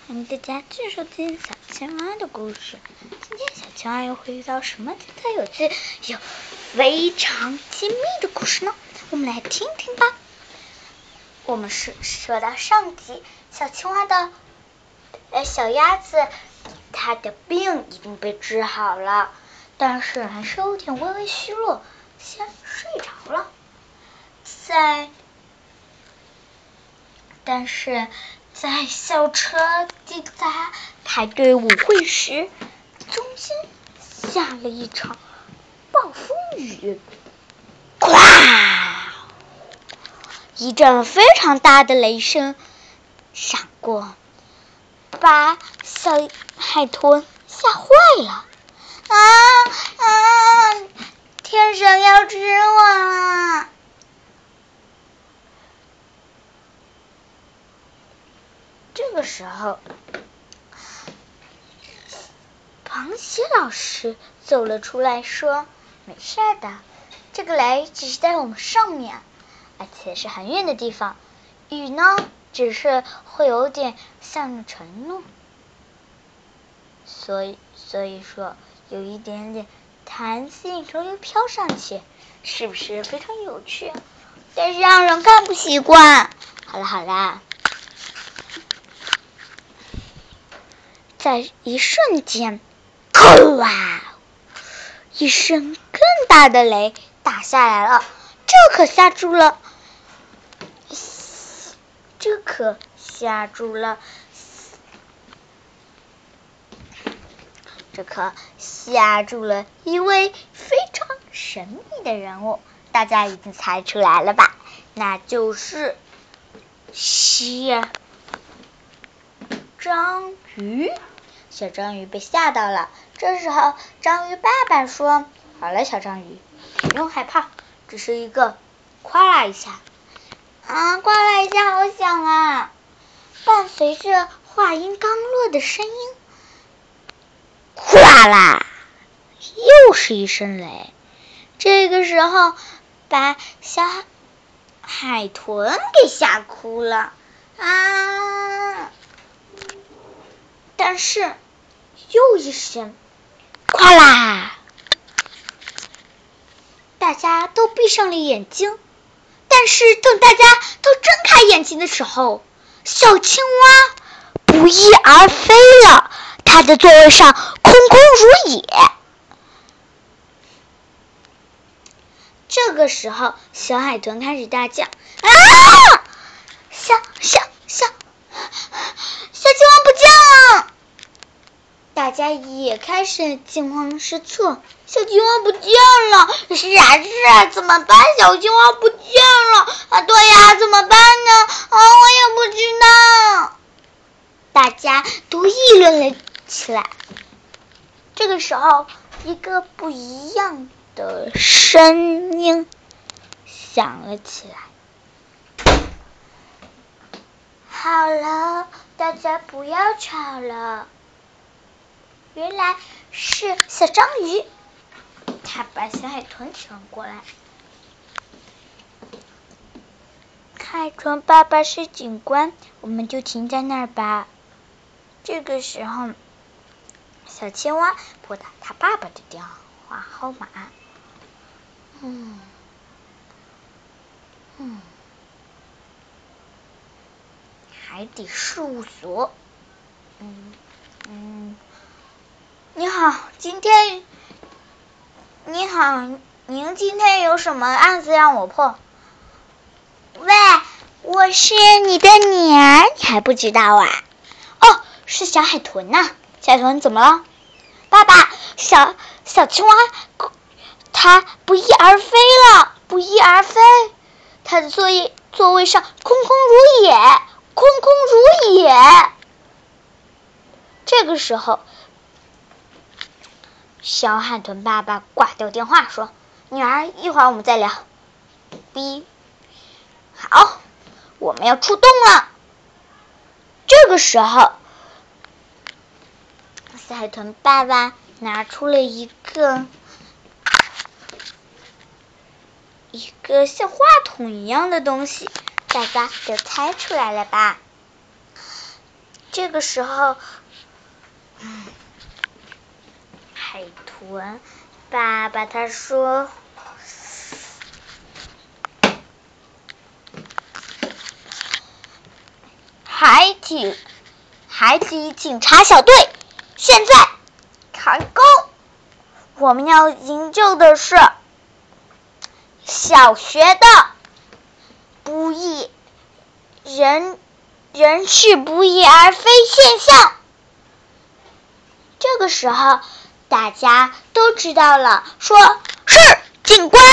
欢迎大家继续收听小青蛙的故事。今天小青蛙又会遇到什么精彩有趣又非常亲密的故事呢？我们来听听吧。我们说到上集，小青蛙的小鸭子，它的病已经被治好了，但是还是有点微微虚弱，先睡着了。但是在校车抵达排队舞会时，中间下了一场暴风雨，咵！一阵非常大的雷声闪过，把小海豚吓坏了。天神要吃我了！这个时候，螃蟹老师走了出来说：“没事的，这个雷只是在我们上面，而且是很远的地方。雨呢，只是会有点向着沉落，所以说有一点点弹性，然后又飘上去，是不是非常有趣？但是让人看不习惯。好啦。”在一瞬间，哇！一声更大的雷打下来了，这可吓住了一位非常神秘的人物，大家已经猜出来了吧？那就是章鱼。小章鱼被吓到了，这时候章鱼爸爸说：“好了，小章鱼，不用害怕，只是一个哗啦一下。”哗啦一下好响啊！伴随着话音刚落的声音，哗啦，又是一声雷。这个时候把小海豚给吓哭了但是又一声哗啦，大家都闭上了眼睛。但是等大家都睁开眼睛的时候，小青蛙不翼而飞了，它的座位上空空如也。这个时候，小海豚开始大叫：“小青蛙不见了！”大家也开始惊慌失措，小青蛙不见了！是怎么办？小青蛙不见了！对呀，怎么办呢？我也不知道。大家都议论了起来。这个时候，一个不一样的声音响了起来。好了，大家不要吵了。原来是小章鱼，他把小海豚抢过来。海豚爸爸是警官，我们就停在那儿吧。这个时候，小青蛙拨打他爸爸的电话号码。海底事务所。你好，您今天有什么案子让我破？喂，我是你的女儿，你还不知道啊？是小海豚呐。小海豚怎么了？爸爸，小青蛙它不翼而飞了，它的座位上空空如也。这个时候，小海豚爸爸挂掉电话说：“女儿，一会儿我们再聊。”好，我们要出动了。这个时候，小海豚爸爸拿出了一个像话筒一样的东西，大家都猜出来了吧？ 这个时候，海豚爸爸他说：“海底警察小队，现在开工！我们要营救的是小学的不义人事不义而非现象。”这个时候，大家都知道了，说是警官。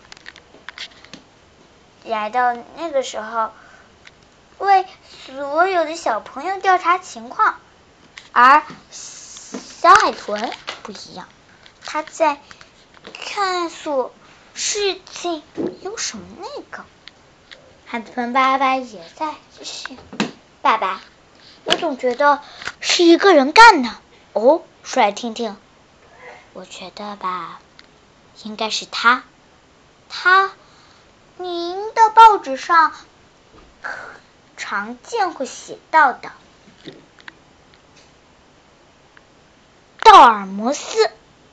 来到那个时候，为所有的小朋友调查情况，而小海豚不一样，他在探索事情有什么那个。海豚爸爸也在继续，爸爸，我总觉得是一个人干的。哦，说来听听。我觉得吧，应该是他，您的报纸上常见会写到的道尔摩斯，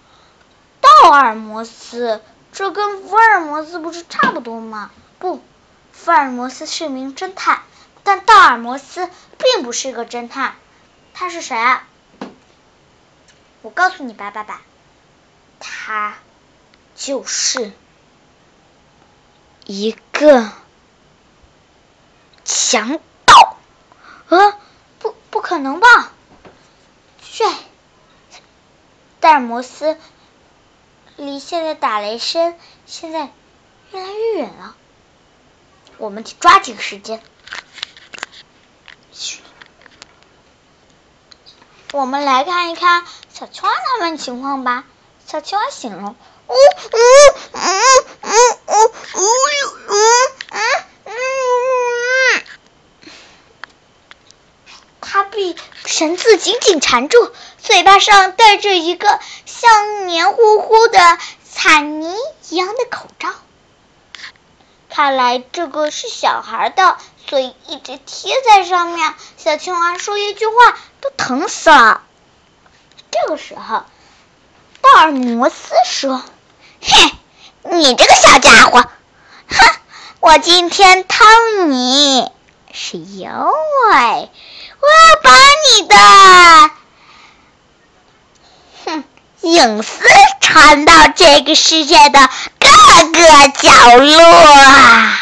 这跟福尔摩斯不是差不多吗？不，福尔摩斯是名侦探，但道尔摩斯并不是个侦探。他是谁啊？我告诉你吧，爸爸，他就是一个强盗。不可能吧？戴尔摩斯离现在打雷声现在越来越远了，我们抓紧时间。我们来看一看小青蛙他们情况吧。小青蛙醒了，他被绳子紧紧缠住，嘴巴上戴着一个像黏糊糊的彩泥一样的口罩。看来这个是小孩的，所以一直贴在上面。小青蛙说一句话都疼死了。这个时候，道尔摩斯说：“嘿，你这个小家伙，哼，我今天偷你是因为我要把你的隐私传到这个世界的各个角落。”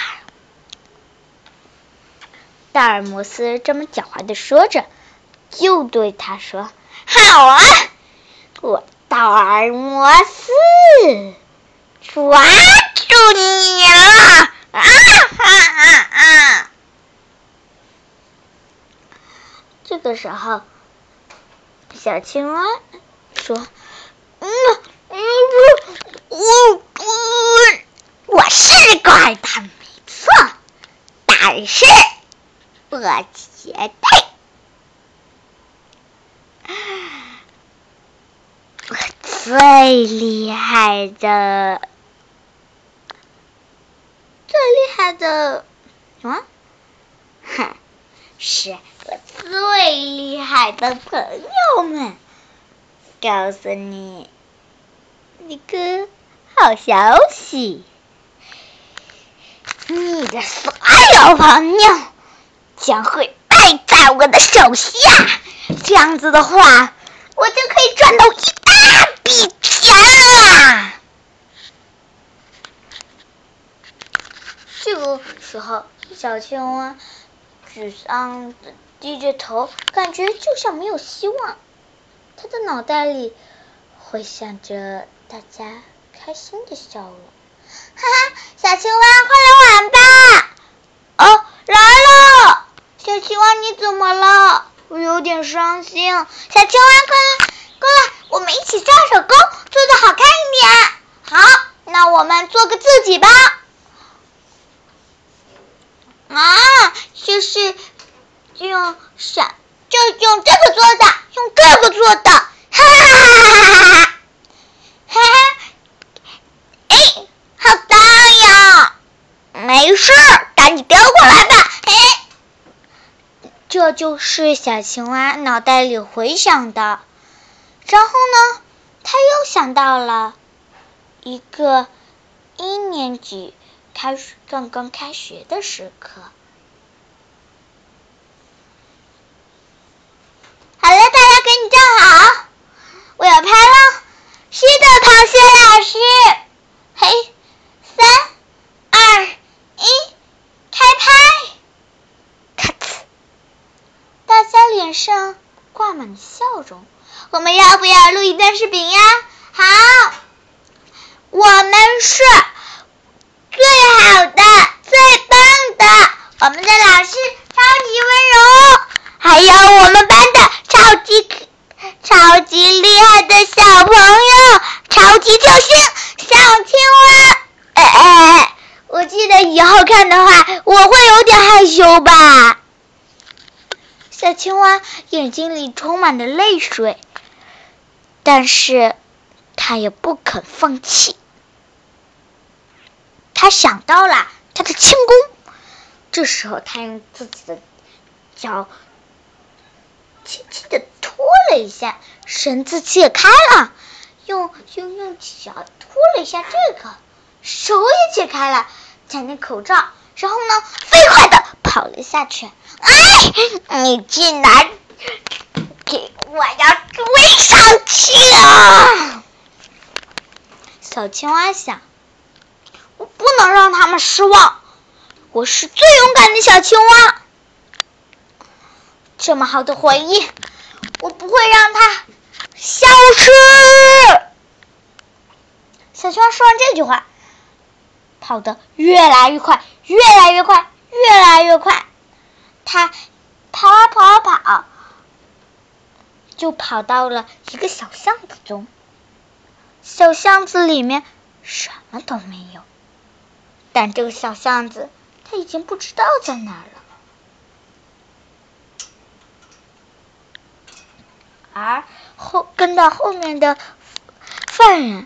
道尔摩斯这么狡猾地说着，又对他说：“好啊，我道尔摩斯抓住你了！”这个时候，小青蛙说：“我是怪他没错，但是我绝对最厉害的什么？是我最厉害的朋友们，告诉你一个好消息，你的所有朋友将会败在我的手下，这样子的话，我就可以赚到一大笔钱了。这个时候，小青蛙沮丧的低着头，感觉就像没有希望。他的脑袋里回想着大家开心的笑容。哈哈，小青蛙，快来玩吧！哦，来了！小青蛙，你怎么了？我有点伤心。小青蛙，过来，我们一起做手工，做得好看一点。好，那我们做个自己吧。就是用这个做的，用这个做的，哈哈哈哈！哎，好大呀！没事，赶紧丢过来吧。哎，这个就是小青蛙脑袋里回想的。然后呢，他又想到了一个1年级刚刚开学的时刻。好了，大家赶紧站好，我要拍了。是的，同学老师。嘿，3、2、1，开拍！咔呲，大家脸上挂满了笑容。我们要不要录一段视频呀？好，我们是最好的、最棒的，我们的老师超级温柔，还有我们班的超级厉害的小朋友，超级救星小青蛙。我记得以后看的话，我会有点害羞吧。小青蛙眼睛里充满了泪水，但是他也不肯放弃。他想到了他的轻功，这时候他用自己的脚轻轻地拖了一下，绳子解开了，用脚拖了一下这个，手也解开了，戴那口罩，然后呢，飞快地跑了下去。你竟然给我要追上去啊！小青蛙想，我不能让他们失望，我是最勇敢的小青蛙。这么好的回忆，我不会让它消失。小青蛙说完这句话，跑得越来越快，越来越快，越来越快。它跑，就跑到了一个小巷子中。小巷子里面什么都没有，但这个小巷子它已经不知道在哪儿了。而跟到后面的犯人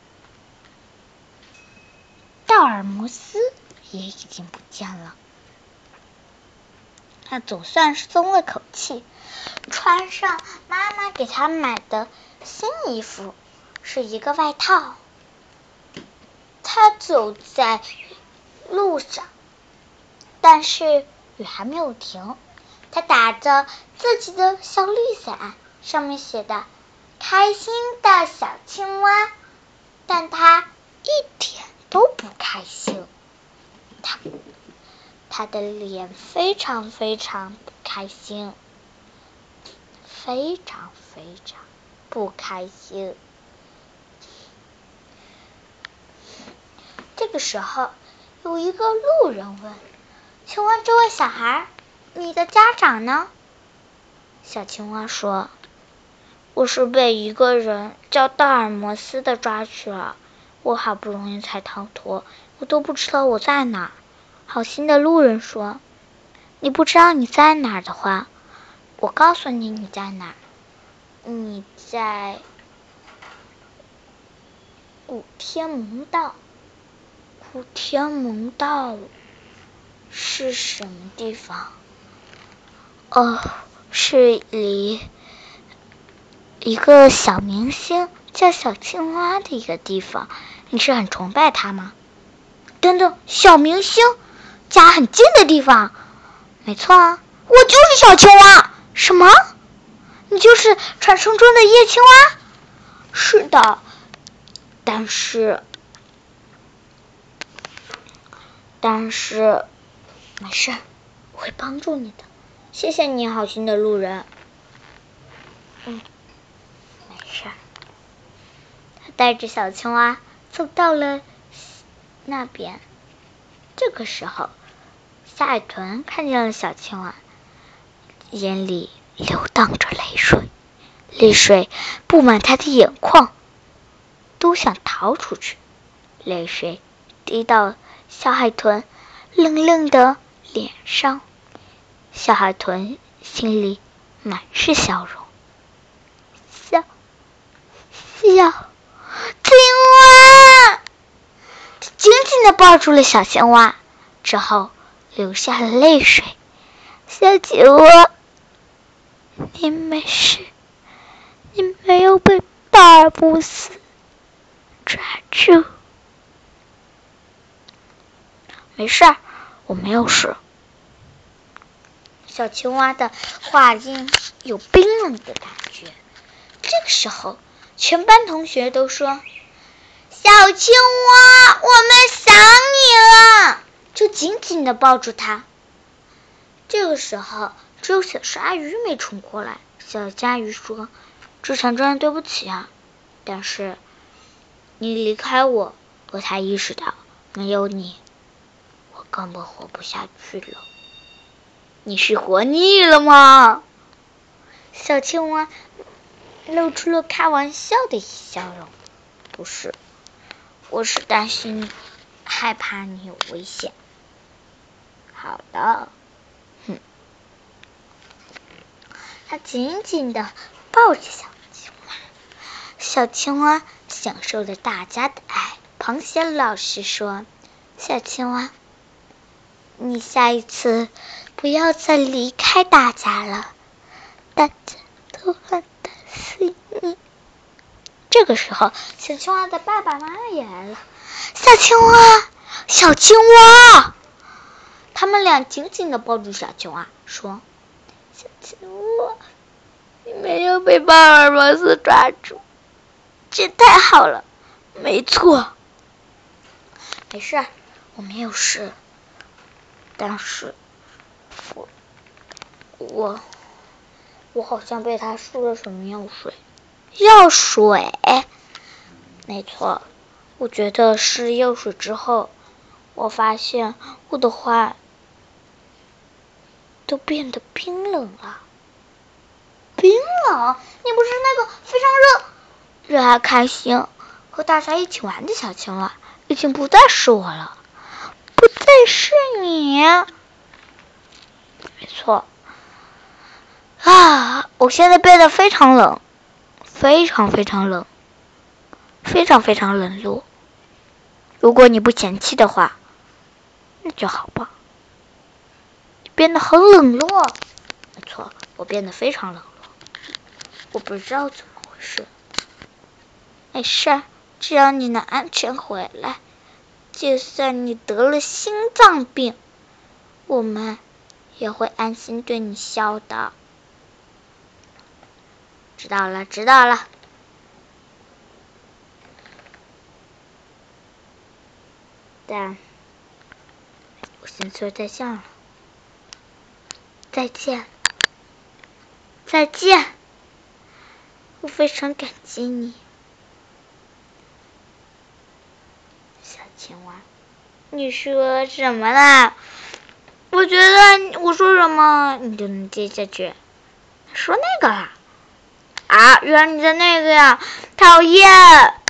道尔摩斯也已经不见了。他总算是松了口气，穿上妈妈给他买的新衣服，是一个外套。他走在路上，但是雨还没有停。他打着自己的小绿伞，上面写的开心的小青蛙，但他一点都不开心。他的脸非常非常不开心，非常非常不开心。这个时候，有一个路人问：“请问这位小孩，你的家长呢？”小青蛙说：“我是被一个人叫道尔摩斯的抓去了，我好不容易才逃脱，我都不知道我在哪儿。”好心的路人说：“你不知道你在哪儿的话，我告诉你你在哪儿。你在古天蒙道。古天蒙道是什么地方？是离一个小明星叫小青蛙的一个地方。你是很崇拜他吗？”等等，小明星家很近的地方？没错啊，我就是小青蛙。什么？你就是传说中的叶青蛙？是的，但是没事，我会帮助你的。谢谢你，好心的路人。没事。他带着小青蛙走到了那边。这个时候，小海豚看见了小青蛙，眼里流淌着泪水，泪水布满他的眼眶，都想逃出去。泪水滴到小海豚冷冷的脸上，小海豚心里满是笑容。小青蛙，他紧紧地抱住了小青蛙，之后流下了泪水。小青蛙， 你没事，你没有被巴尔布斯抓住。没事，我没有事。小青蛙的话音有冰冷的感觉。这个时候，全班同学都说：“小青蛙，我们想你了！”就紧紧地抱住它。这个时候，只有小鲨鱼没冲过来。小鲨鱼说：“这场真的对不起啊，但是你离开我，我才意识到没有你，我根本活不下去了。”你是活腻了吗？小青蛙露出了开玩笑的笑容。不是，我是担心你，害怕你有危险。好的，他紧紧地抱着小青蛙。小青蛙享受了大家的爱。螃蟹老师说：“小青蛙，你下一次不要再离开大家了，大家都很担心你。”这个时候，小青蛙的爸爸妈妈也来了。小青蛙，小青蛙！他们俩紧紧地抱住小青蛙，说：“小青蛙，你没有被巴尔博斯抓住，这太好了。”没错，没事，我没有事。但是我好像被他输了什么药水。药水？没错，我觉得是药水之后，我发现我的话都变得冰冷了。冰冷？你不是那个非常热爱开心和大家一起玩的小青蛙，已经不再是我了，不再是你。没错。我现在变得非常冷，非常非常冷，非常非常冷落。如果你不嫌弃的话，那就好吧。你变得很冷落。没错，我变得非常冷落。我不知道怎么回事。没事，只要你能安全回来，就算你得了心脏病，我们也会安心对你笑的。知道了，知道了。但我先说再见了。再见，再见。我非常感激你，小青蛙。你说什么啦？我觉得我说什么你就能接下去。说那个啦。原来你在那个呀，讨厌。